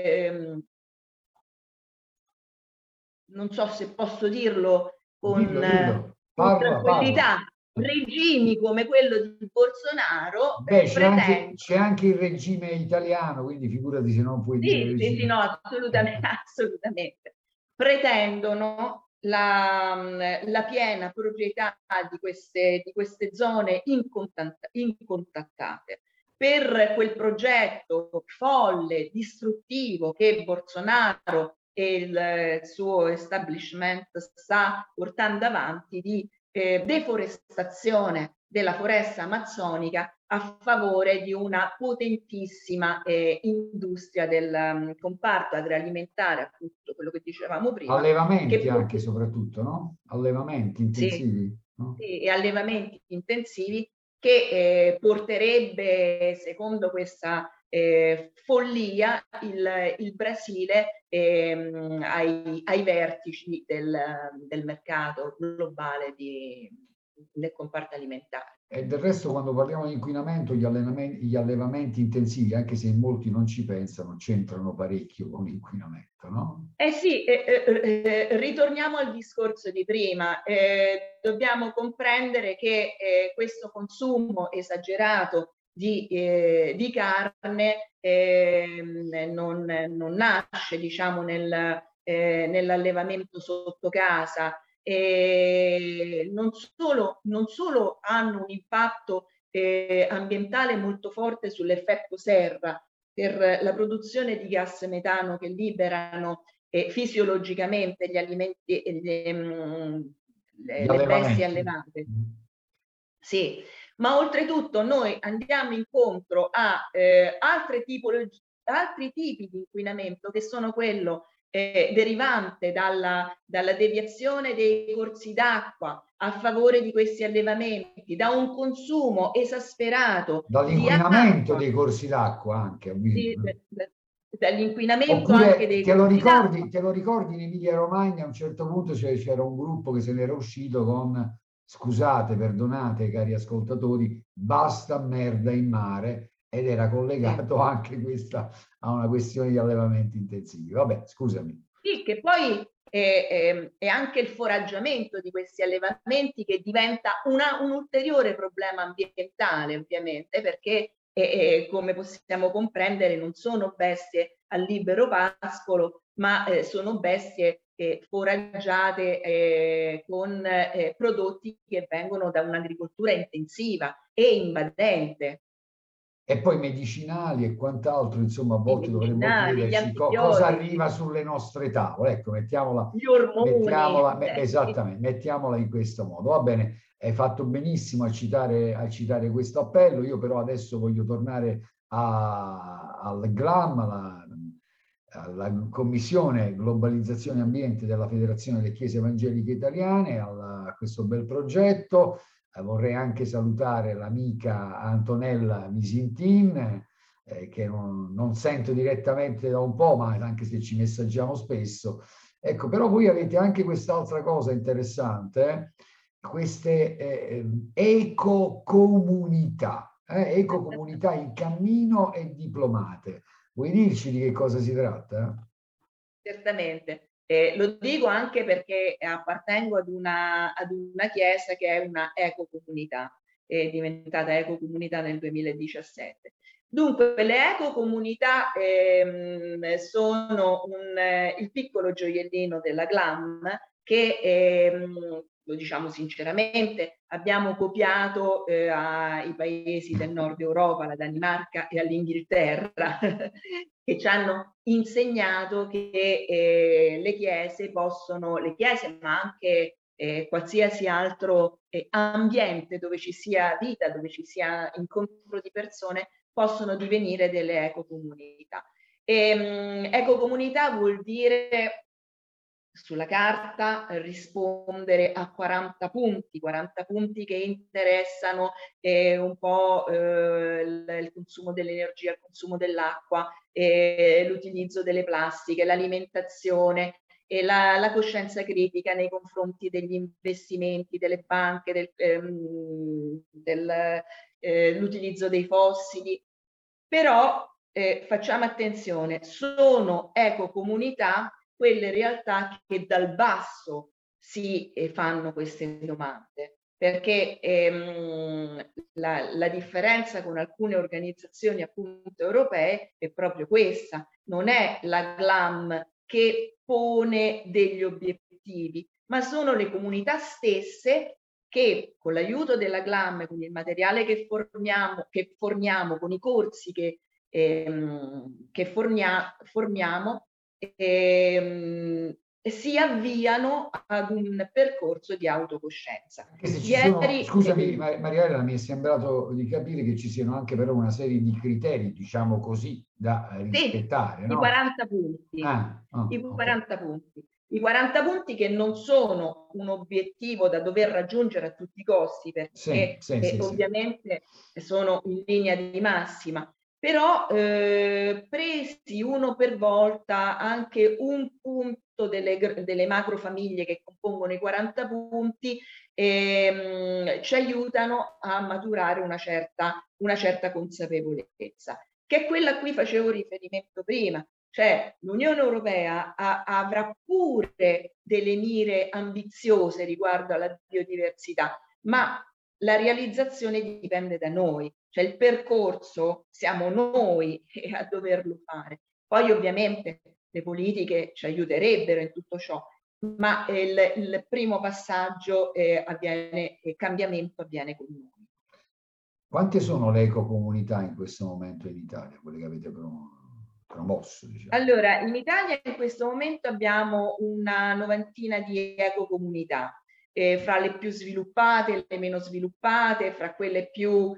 non so se posso dirlo con tranquillità, regimi come quello di Bolsonaro c'è anche il regime italiano, quindi figurati se non puoi dire sì, no, assolutamente. Pretendono la piena proprietà di queste zone incontattate per quel progetto folle, distruttivo che Bolsonaro e il suo establishment sta portando avanti di deforestazione della foresta amazzonica a favore di una potentissima industria del comparto agroalimentare, appunto quello che dicevamo prima. Allevamenti anche soprattutto, no? Allevamenti intensivi. Sì, no? Sì, e allevamenti intensivi che porterebbe, secondo questa follia, il Brasile ai vertici del mercato globale nel comparto alimentare. E del resto, quando parliamo di inquinamento, gli allevamenti intensivi, anche se in molti non ci pensano, c'entrano parecchio con l'inquinamento, no? Sì, ritorniamo al discorso di prima. Dobbiamo comprendere che questo consumo esagerato di carne non nasce, diciamo, nell'allevamento sotto casa. Non solo hanno un impatto ambientale molto forte sull'effetto serra per la produzione di gas metano che liberano fisiologicamente gli alimenti, le bestie allevate. Sì, ma oltretutto noi andiamo incontro a altri tipi di inquinamento, che sono quello derivante dalla deviazione dei corsi d'acqua a favore di questi allevamenti, da un consumo esasperato dall'inquinamento dei corsi d'acqua anche, dall'inquinamento anche dei corsi d'acqua. Te lo ricordi in Emilia Romagna a un certo punto c'era un gruppo che se n'era uscito con: scusate, perdonate cari ascoltatori, basta merda in mare, ed era collegato anche questa a una questione di allevamenti intensivi. Vabbè, scusami. Sì, che poi è anche il foraggiamento di questi allevamenti che diventa un ulteriore problema ambientale, ovviamente, perché come possiamo comprendere non sono bestie a libero pascolo, ma sono bestie foraggiate con prodotti che vengono da un'agricoltura intensiva e invadente. E poi medicinali e quant'altro, insomma, a volte dovremmo chiederci cosa arriva sulle nostre tavole. Ecco, mettiamola in questo modo. Va bene, hai fatto benissimo a citare questo appello. Io però adesso voglio tornare al GLAM, alla Commissione Globalizzazione Ambiente della Federazione delle Chiese Evangeliche Italiane, a questo bel progetto. Vorrei anche salutare l'amica Antonella Visintin, che non sento direttamente da un po', ma anche se ci messaggiamo spesso. Ecco, però voi avete anche quest'altra cosa interessante, queste ecocomunità in cammino e diplomate. Vuoi dirci di che cosa si tratta? Certamente. Lo dico anche perché appartengo ad una chiesa che è una ecocomunità, è diventata ecocomunità nel 2017. Dunque, le ecocomunità sono il piccolo gioiellino della GLAM che, lo diciamo sinceramente, abbiamo copiato ai paesi del nord Europa, alla Danimarca e all'Inghilterra, che ci hanno insegnato che le chiese, ma anche qualsiasi altro ambiente dove ci sia vita, dove ci sia incontro di persone, possono divenire delle ecocomunità. Ecocomunità vuol dire sulla carta rispondere a 40 punti che interessano un po' il consumo dell'energia, il consumo dell'acqua, l'utilizzo delle plastiche, l'alimentazione e la coscienza critica nei confronti degli investimenti, delle banche, l'utilizzo dei fossili. Però facciamo attenzione, sono ecocomunità quelle realtà che dal basso si fanno queste domande, perché la differenza con alcune organizzazioni appunto europee è proprio questa: non è la GLAM che pone degli obiettivi, ma sono le comunità stesse che con l'aiuto della GLAM, con il materiale che forniamo, con i corsi che forniamo, si avviano ad un percorso di autocoscienza. Scusami Mariella, mi è sembrato di capire che ci siano anche però una serie di criteri, diciamo così, da rispettare. Sì, no? I 40 punti. I 40 punti che non sono un obiettivo da dover raggiungere a tutti i costi, perché ovviamente sono in linea di massima, però presi uno per volta, anche un punto frutto delle macrofamiglie che compongono i 40 punti, ci aiutano a maturare una certa consapevolezza, che è quella a cui facevo riferimento prima. Cioè l'Unione Europea avrà pure delle mire ambiziose riguardo alla biodiversità, ma la realizzazione dipende da noi, cioè il percorso siamo noi a doverlo fare. Poi ovviamente le politiche ci aiuterebbero in tutto ciò, ma il primo passaggio il cambiamento avviene con noi. Quante sono le ecocomunità in questo momento in Italia, quelle che avete promosso? Diciamo. Allora, in Italia in questo momento abbiamo una 90 di ecocomunità, fra le più sviluppate e le meno sviluppate, fra quelle più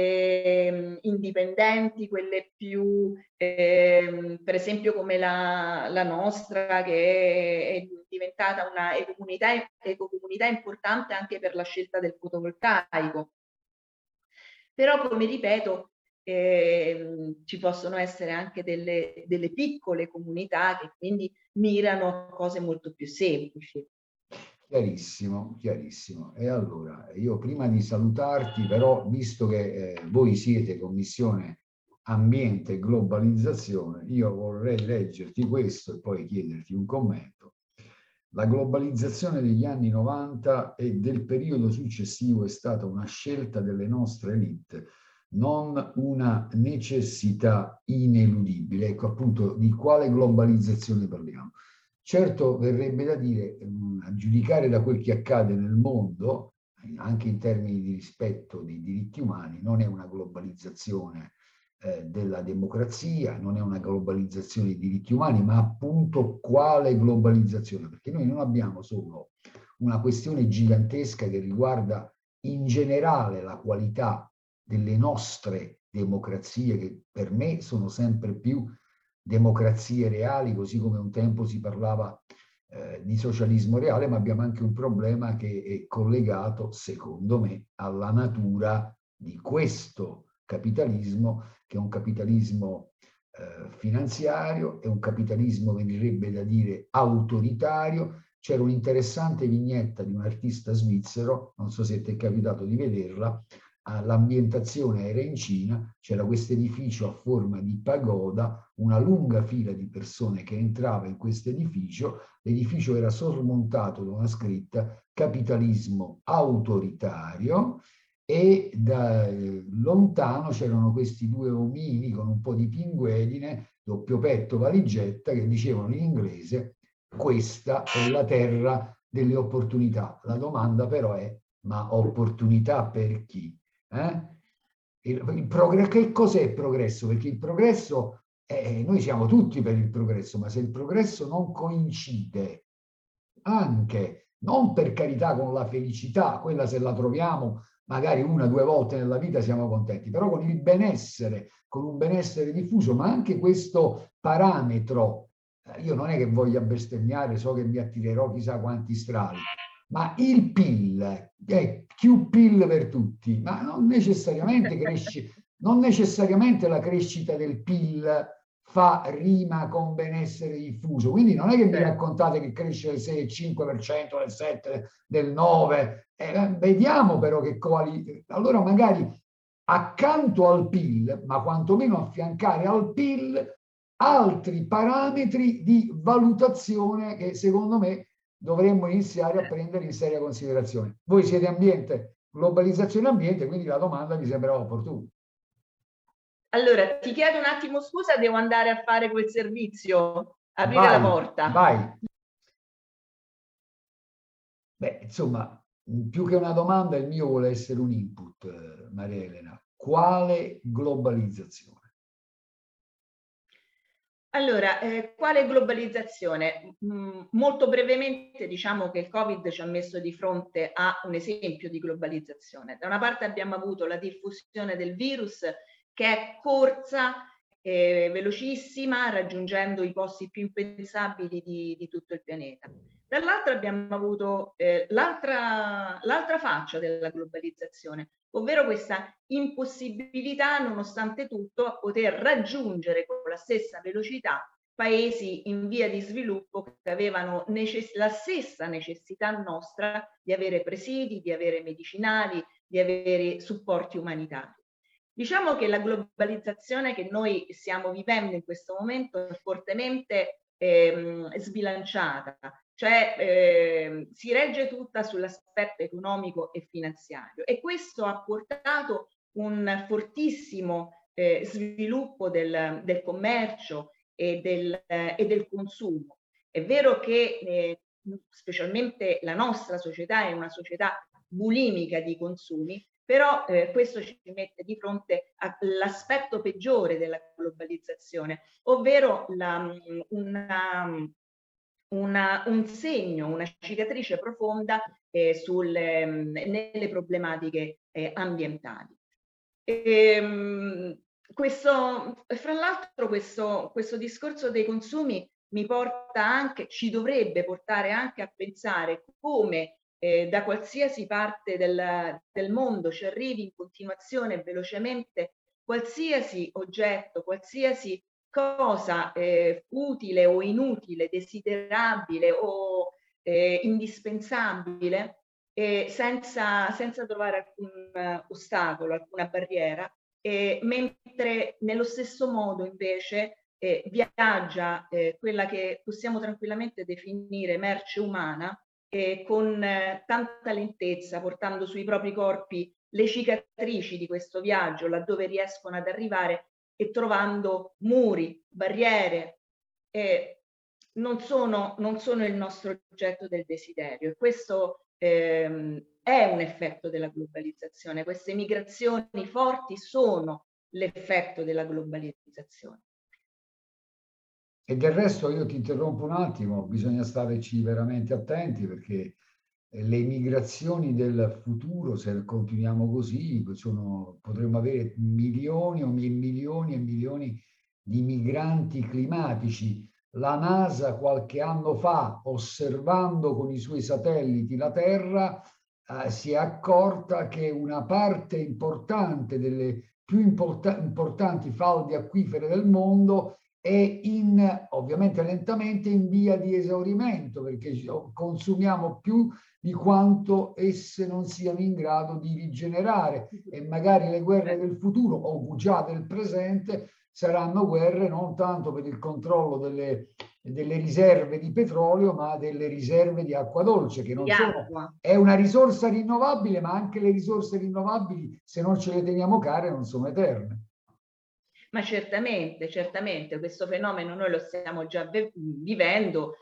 indipendenti, quelle più, per esempio come la nostra, che è diventata una ecocomunità importante anche per la scelta del fotovoltaico. Però, come ripeto, ci possono essere anche delle piccole comunità che quindi mirano a cose molto più semplici. Chiarissimo, chiarissimo. E allora, io prima di salutarti, però, visto che voi siete Commissione Ambiente e Globalizzazione, io vorrei leggerti questo e poi chiederti un commento. La globalizzazione degli anni 90 e del periodo successivo è stata una scelta delle nostre elite, non una necessità ineludibile. Ecco appunto di quale globalizzazione parliamo. Certo, verrebbe da dire, a giudicare da quel che accade nel mondo, anche in termini di rispetto dei diritti umani, non è una globalizzazione della democrazia, non è una globalizzazione dei diritti umani, ma appunto quale globalizzazione? Perché noi non abbiamo solo una questione gigantesca che riguarda in generale la qualità delle nostre democrazie, che per me sono sempre più democrazie reali, così come un tempo si parlava di socialismo reale, ma abbiamo anche un problema che è collegato, secondo me, alla natura di questo capitalismo, che è un capitalismo finanziario, è un capitalismo, venirebbe da dire, autoritario. C'era un'interessante vignetta di un artista svizzero, non so se ti è capitato di vederla, l'ambientazione era in Cina, c'era questo edificio a forma di pagoda, una lunga fila di persone che entrava in questo edificio, l'edificio era sormontato da una scritta capitalismo autoritario, e da lontano c'erano questi due omini con un po' di pinguedine, doppio petto, valigetta, che dicevano in inglese: questa è la terra delle opportunità. La domanda però è: ma opportunità per chi? Che cos'è il progresso? Perché il progresso, noi siamo tutti per il progresso, ma se il progresso non coincide anche, non per carità con la felicità, quella se la troviamo magari una o due volte nella vita siamo contenti, però con il benessere, con un benessere diffuso, ma anche questo parametro, io non è che voglia bestemmiare, so che mi attirerò chissà quanti strali, ma il PIL, più PIL per tutti, ma non necessariamente la crescita del PIL fa rima con benessere diffuso, quindi non è che mi raccontate che cresce del 6,5%, del 7%, del 9%, vediamo però che allora magari accanto al PIL, ma quantomeno affiancare al PIL altri parametri di valutazione che secondo me dovremmo iniziare a prendere in seria considerazione. Voi siete ambiente, globalizzazione ambiente, quindi la domanda mi sembra opportuna. Allora, ti chiedo un attimo scusa, devo andare a fare quel servizio, aprire la porta. Vai. Beh, insomma, più che una domanda, il mio vuole essere un input, Maria Elena. Quale globalizzazione? Allora, quale globalizzazione? Molto brevemente diciamo che il Covid ci ha messo di fronte a un esempio di globalizzazione. Da una parte abbiamo avuto la diffusione del virus, che è corsa velocissima, raggiungendo i posti più impensabili di tutto il pianeta. Dall'altra abbiamo avuto l'altra faccia della globalizzazione, ovvero questa impossibilità, nonostante tutto, a poter raggiungere con la stessa velocità paesi in via di sviluppo che avevano la stessa necessità nostra di avere presidi, di avere medicinali, di avere supporti umanitari. Diciamo che la globalizzazione che noi stiamo vivendo in questo momento è fortemente sbilanciata, cioè si regge tutta sull'aspetto economico e finanziario, e questo ha portato un fortissimo sviluppo del commercio e del consumo. È vero che specialmente la nostra società è una società bulimica di consumi, però questo ci mette di fronte all'aspetto peggiore della globalizzazione, ovvero un segno, una cicatrice profonda nelle problematiche ambientali. Fra l'altro questo discorso dei consumi ci dovrebbe portare anche a pensare come da qualsiasi parte del mondo ci arrivi in continuazione e velocemente qualsiasi oggetto, qualsiasi cosa utile o inutile, desiderabile o indispensabile, senza trovare alcun ostacolo, alcuna barriera, mentre nello stesso modo invece viaggia quella che possiamo tranquillamente definire merce umana, con tanta lentezza, portando sui propri corpi le cicatrici di questo viaggio, laddove riescono ad arrivare, e trovando muri, barriere, non sono il nostro oggetto del desiderio. E questo è un effetto della globalizzazione. Queste migrazioni forti sono l'effetto della globalizzazione. E del resto io ti interrompo un attimo, bisogna starci veramente attenti, perché le migrazioni del futuro, se continuiamo così, potremmo avere milioni o milioni e milioni di migranti climatici. La NASA qualche anno fa, osservando con i suoi satelliti la Terra, si è accorta che una parte importante delle più importanti falde acquifere del mondo è ovviamente lentamente in via di esaurimento, perché consumiamo più di quanto esse non siano in grado di rigenerare, e magari le guerre del futuro o già del presente saranno guerre non tanto per il controllo delle riserve di petrolio, ma delle riserve di acqua dolce, che non è una risorsa rinnovabile, ma anche le risorse rinnovabili, se non ce le teniamo care, non sono eterne. Ma certamente, questo fenomeno noi lo stiamo già vivendo,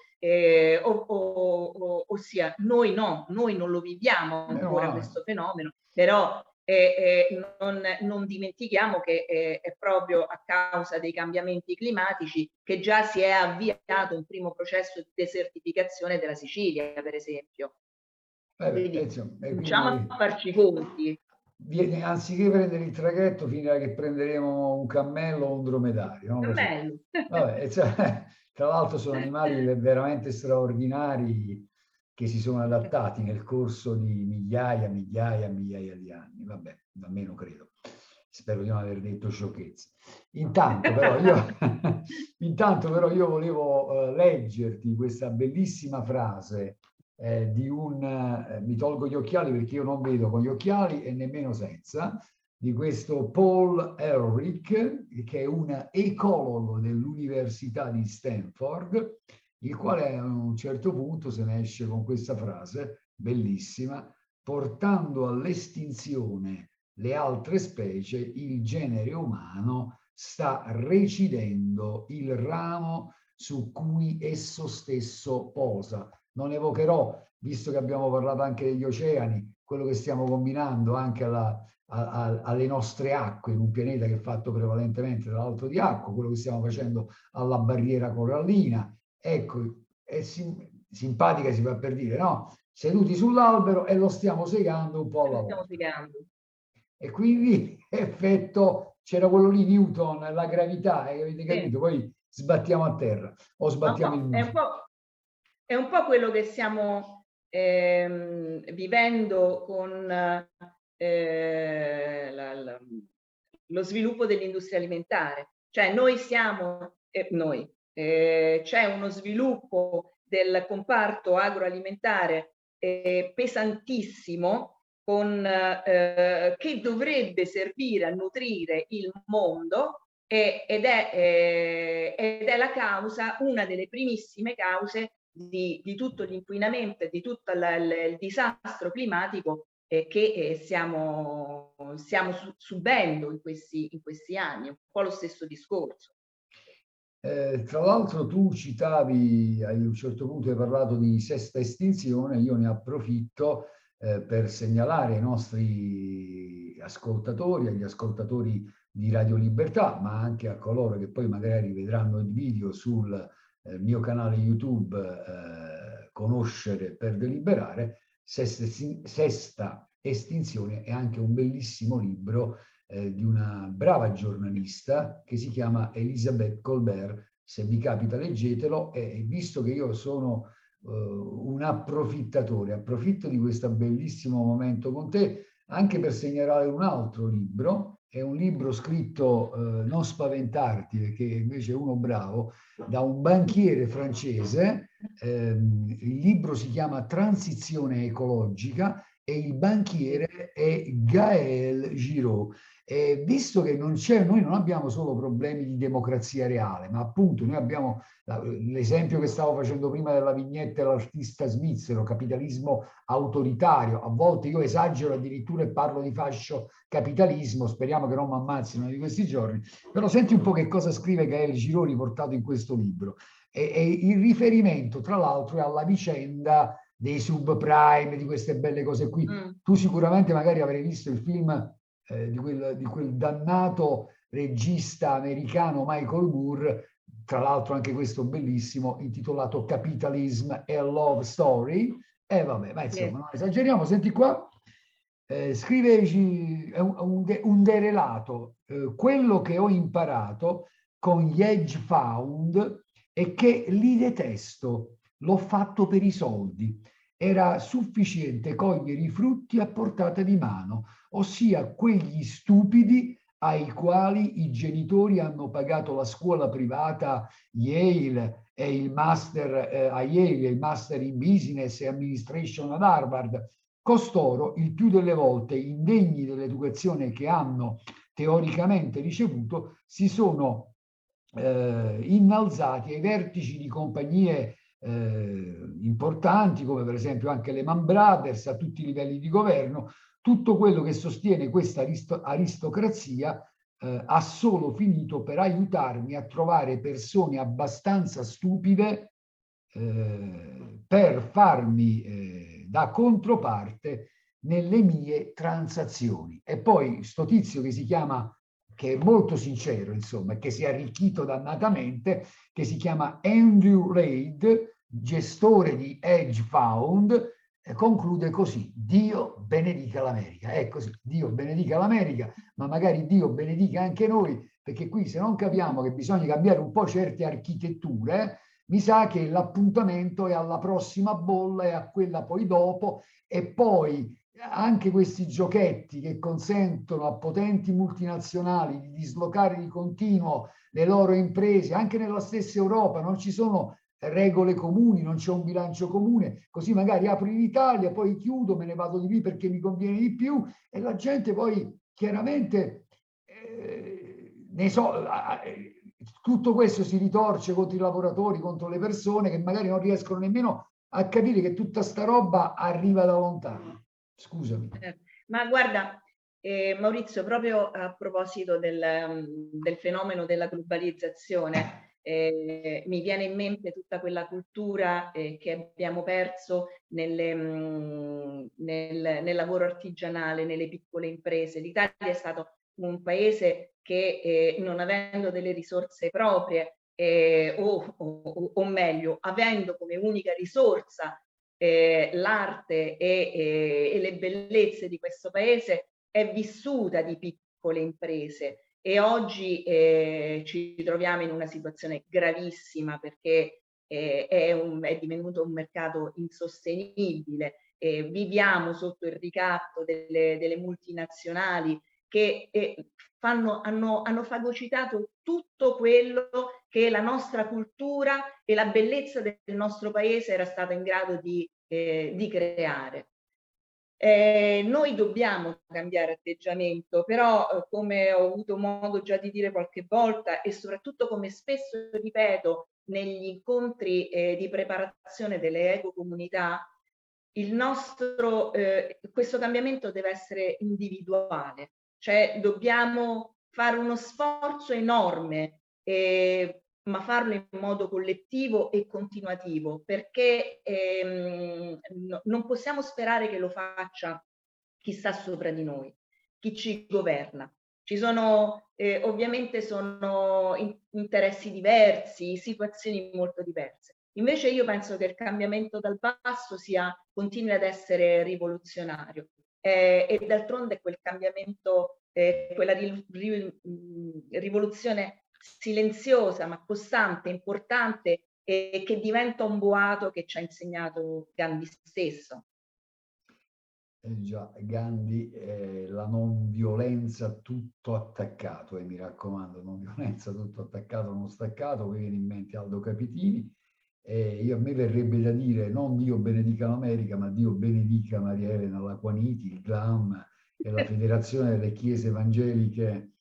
ossia noi non lo viviamo ancora questo fenomeno, però non dimentichiamo che è proprio a causa dei cambiamenti climatici che già si è avviato un primo processo di desertificazione della Sicilia, per esempio. Quindi cominciamo a farci conti. Anziché prendere il traghetto, finirà che prenderemo un cammello o un dromedario. No? Vabbè, tra l'altro sono animali veramente straordinari che si sono adattati nel corso di migliaia di anni. Vabbè, almeno credo. Spero di non aver detto sciocchezze. Intanto però io volevo leggerti questa bellissima frase mi tolgo gli occhiali perché io non vedo con gli occhiali e nemmeno senza, di questo Paul Ehrlich, che è un ecologo dell'Università di Stanford, il quale a un certo punto se ne esce con questa frase bellissima: portando all'estinzione le altre specie, il genere umano sta recidendo il ramo su cui esso stesso posa. Non evocherò, visto che abbiamo parlato anche degli oceani, quello che stiamo combinando anche alle nostre acque, in un pianeta che è fatto prevalentemente tra l'altro di acqua, quello che stiamo facendo alla barriera corallina. Ecco, è simpatica, si fa per dire, no? Seduti sull'albero e lo stiamo segando un po' alla volta. E quindi c'era quello lì, Newton, la gravità, avete capito? Poi sbattiamo a terra o sbattiamo il muso. È un po' quello che stiamo vivendo con lo sviluppo dell'industria alimentare. Cioè noi c'è uno sviluppo del comparto agroalimentare pesantissimo, che dovrebbe servire a nutrire il mondo, ed è la causa, una delle primissime cause di tutto l'inquinamento e di tutto il disastro climatico che stiamo subendo in questi anni. Un po' lo stesso discorso. Tra l'altro tu citavi, a un certo punto hai parlato di sesta estinzione, io ne approfitto per segnalare ai nostri ascoltatori, agli ascoltatori di Radio Libertà, ma anche a coloro che poi magari vedranno il video sul mio canale YouTube Conoscere per Deliberare, Sesta Estinzione è anche un bellissimo libro di una brava giornalista che si chiama Elisabeth Colbert. Se vi capita leggetelo, e visto che io sono un approfittatore, approfitto di questo bellissimo momento con te anche per segnalare un altro libro. È un libro scritto, non spaventarti perché invece è uno bravo, da un banchiere francese. Il libro si chiama Transizione ecologica e il banchiere è Gaël Giraud. Visto che noi non abbiamo solo problemi di democrazia reale, ma appunto noi abbiamo l'esempio che stavo facendo prima della vignetta dell'artista svizzero, capitalismo autoritario. A volte io esagero addirittura e parlo di fascio capitalismo, speriamo che non mi ammazzino di questi giorni, però senti un po' che cosa scrive Gaël Giraud riportato in questo libro. E il riferimento tra l'altro è alla vicenda dei subprime, di queste belle cose qui. Tu sicuramente magari avrai visto il film di quel dannato regista americano Michael Moore, tra l'altro anche questo bellissimo, intitolato Capitalism e Love Story. Vabbè, ma insomma, non esageriamo, senti qua. Scriveci un derelato. Quello che ho imparato con gli hedge fund è che li detesto, l'ho fatto per i soldi. Era sufficiente cogliere i frutti a portata di mano, ossia quegli stupidi ai quali i genitori hanno pagato la scuola privata Yale e il master a Yale, il master in business e administration ad Harvard. Costoro, il più delle volte indegni dell'educazione che hanno teoricamente ricevuto, si sono innalzati ai vertici di compagnie importanti come per esempio anche Lehman Brothers, a tutti i livelli di governo. Tutto quello che sostiene questa aristocrazia ha solo finito per aiutarmi a trovare persone abbastanza stupide per farmi da controparte nelle mie transazioni. E poi sto tizio che si chiama, che è molto sincero, insomma, che si è arricchito dannatamente, che si chiama Andrew Reid, gestore di hedge fund, conclude così: Dio benedica l'America. È così, Dio benedica l'America, ma magari Dio benedica anche noi, perché qui se non capiamo che bisogna cambiare un po' certe architetture, mi sa che l'appuntamento è alla prossima bolla e a quella poi dopo, e poi anche questi giochetti che consentono a potenti multinazionali di dislocare di continuo le loro imprese, anche nella stessa Europa non ci sono regole comuni, non c'è un bilancio comune, così magari apro in Italia, poi chiudo, me ne vado di lì perché mi conviene di più, e la gente poi chiaramente tutto questo si ritorce contro i lavoratori, contro le persone che magari non riescono nemmeno a capire che tutta sta roba arriva da lontano. Scusami. Ma guarda, Maurizio, proprio a proposito del fenomeno della globalizzazione, mi viene in mente tutta quella cultura che abbiamo perso nel lavoro artigianale, nelle piccole imprese. L'Italia è stato un paese che non avendo delle risorse proprie, o meglio, avendo come unica risorsa l'arte e le bellezze di questo paese, è vissuta di piccole imprese, e oggi ci troviamo in una situazione gravissima perché è divenuto un mercato insostenibile, viviamo sotto il ricatto delle multinazionali che hanno fagocitato tutto quello che la nostra cultura e la bellezza del nostro paese era stata in grado di creare. Noi dobbiamo cambiare atteggiamento, però come ho avuto modo già di dire qualche volta e soprattutto come spesso ripeto negli incontri di preparazione delle ecocomunità, questo cambiamento deve essere individuale, cioè dobbiamo fare uno sforzo enorme, ma farlo in modo collettivo e continuativo, perché non possiamo sperare che lo faccia chi sta sopra di noi, chi ci governa. Ci sono ovviamente sono interessi diversi, situazioni molto diverse. Invece io penso che il cambiamento dal basso continui ad essere rivoluzionario e d'altronde quel cambiamento, quella rivoluzione silenziosa ma costante, importante e che diventa un boato che ci ha insegnato Gandhi stesso. Già, Gandhi, la non violenza tutto attaccato, e mi raccomando, non violenza tutto attaccato, non staccato. Mi viene in mente Aldo Capitini. A me verrebbe da dire non Dio benedica l'America, ma Dio benedica Maria Elena Laquaniti, il GLAM e la Federazione delle Chiese Evangeliche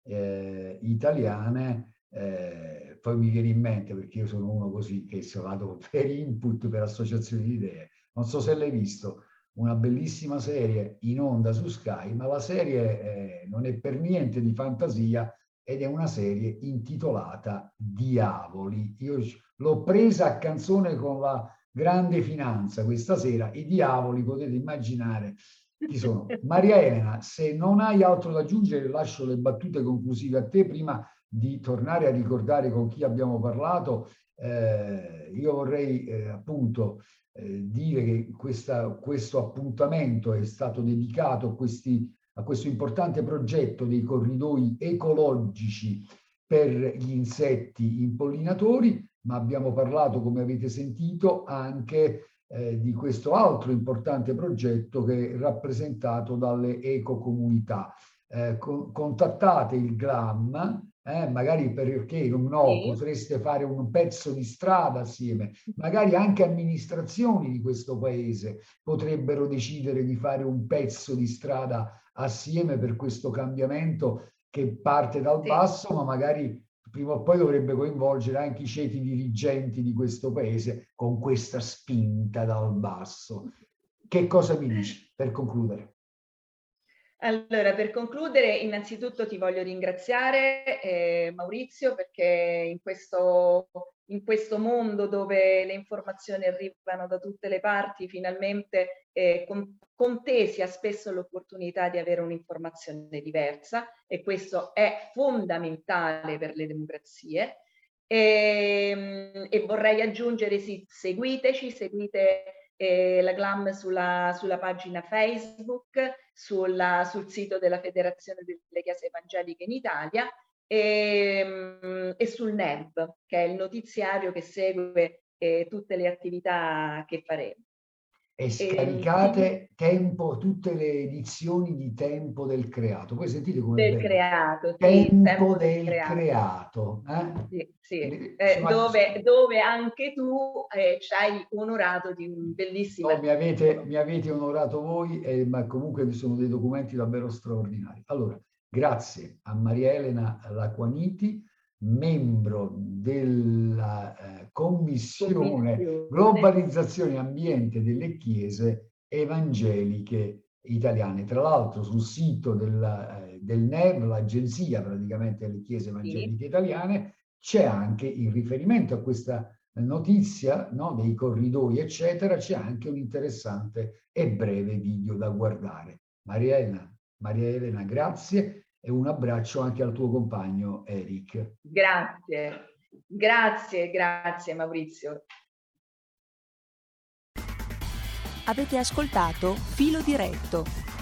Italiane. Poi mi viene in mente, perché io sono uno così che vado per input, per associazioni di idee. Non so se l'hai visto, una bellissima serie in onda su Sky, ma la serie non è per niente di fantasia ed è una serie intitolata Diavoli. Io l'ho presa a canzone con la grande finanza questa sera. I diavoli, potete immaginare chi sono. Maria Elena, se non hai altro da aggiungere, lascio le battute conclusive a te prima di tornare a ricordare con chi abbiamo parlato. Io vorrei appunto dire che questo appuntamento è stato dedicato a questo importante progetto dei corridoi ecologici per gli insetti impollinatori, ma abbiamo parlato, come avete sentito, anche di questo altro importante progetto che è rappresentato dalle ecocomunità. Contattate il GLAM, magari perché potreste fare un pezzo di strada assieme, magari anche amministrazioni di questo paese potrebbero decidere di fare un pezzo di strada assieme per questo cambiamento che parte dal basso, ma magari prima o poi dovrebbe coinvolgere anche i ceti dirigenti di questo paese con questa spinta dal basso. Che cosa mi dici per concludere? Allora, per concludere, innanzitutto ti voglio ringraziare, Maurizio, perché in questo mondo dove le informazioni arrivano da tutte le parti, finalmente con te si ha spesso l'opportunità di avere un'informazione diversa, e questo è fondamentale per le democrazie. E vorrei aggiungere, sì, seguiteci, seguite la GLAM sulla pagina Facebook, sul sito della Federazione delle Chiese Evangeliche in Italia e sul NEB, che è il notiziario che segue tutte le attività che faremo. E scaricate tutte le edizioni di Tempo del Creato. Poi sentite come del creato, Tempo del Creato. Sì. Dove anche tu ci hai onorato di un bellissimo... No, mi avete onorato voi, ma comunque sono dei documenti davvero straordinari. Allora, grazie a Maria Elena Laquaniti, membro della Commissione Globalizzazione e Ambiente delle Chiese Evangeliche Italiane. Tra l'altro sul sito del NEV, l'agenzia praticamente delle Chiese Evangeliche Italiane, c'è anche il riferimento a questa notizia, no, dei corridoi, eccetera, c'è anche un interessante e breve video da guardare. Maria Elena, grazie. E un abbraccio anche al tuo compagno Eric. Grazie Maurizio. Avete ascoltato Filo Diretto,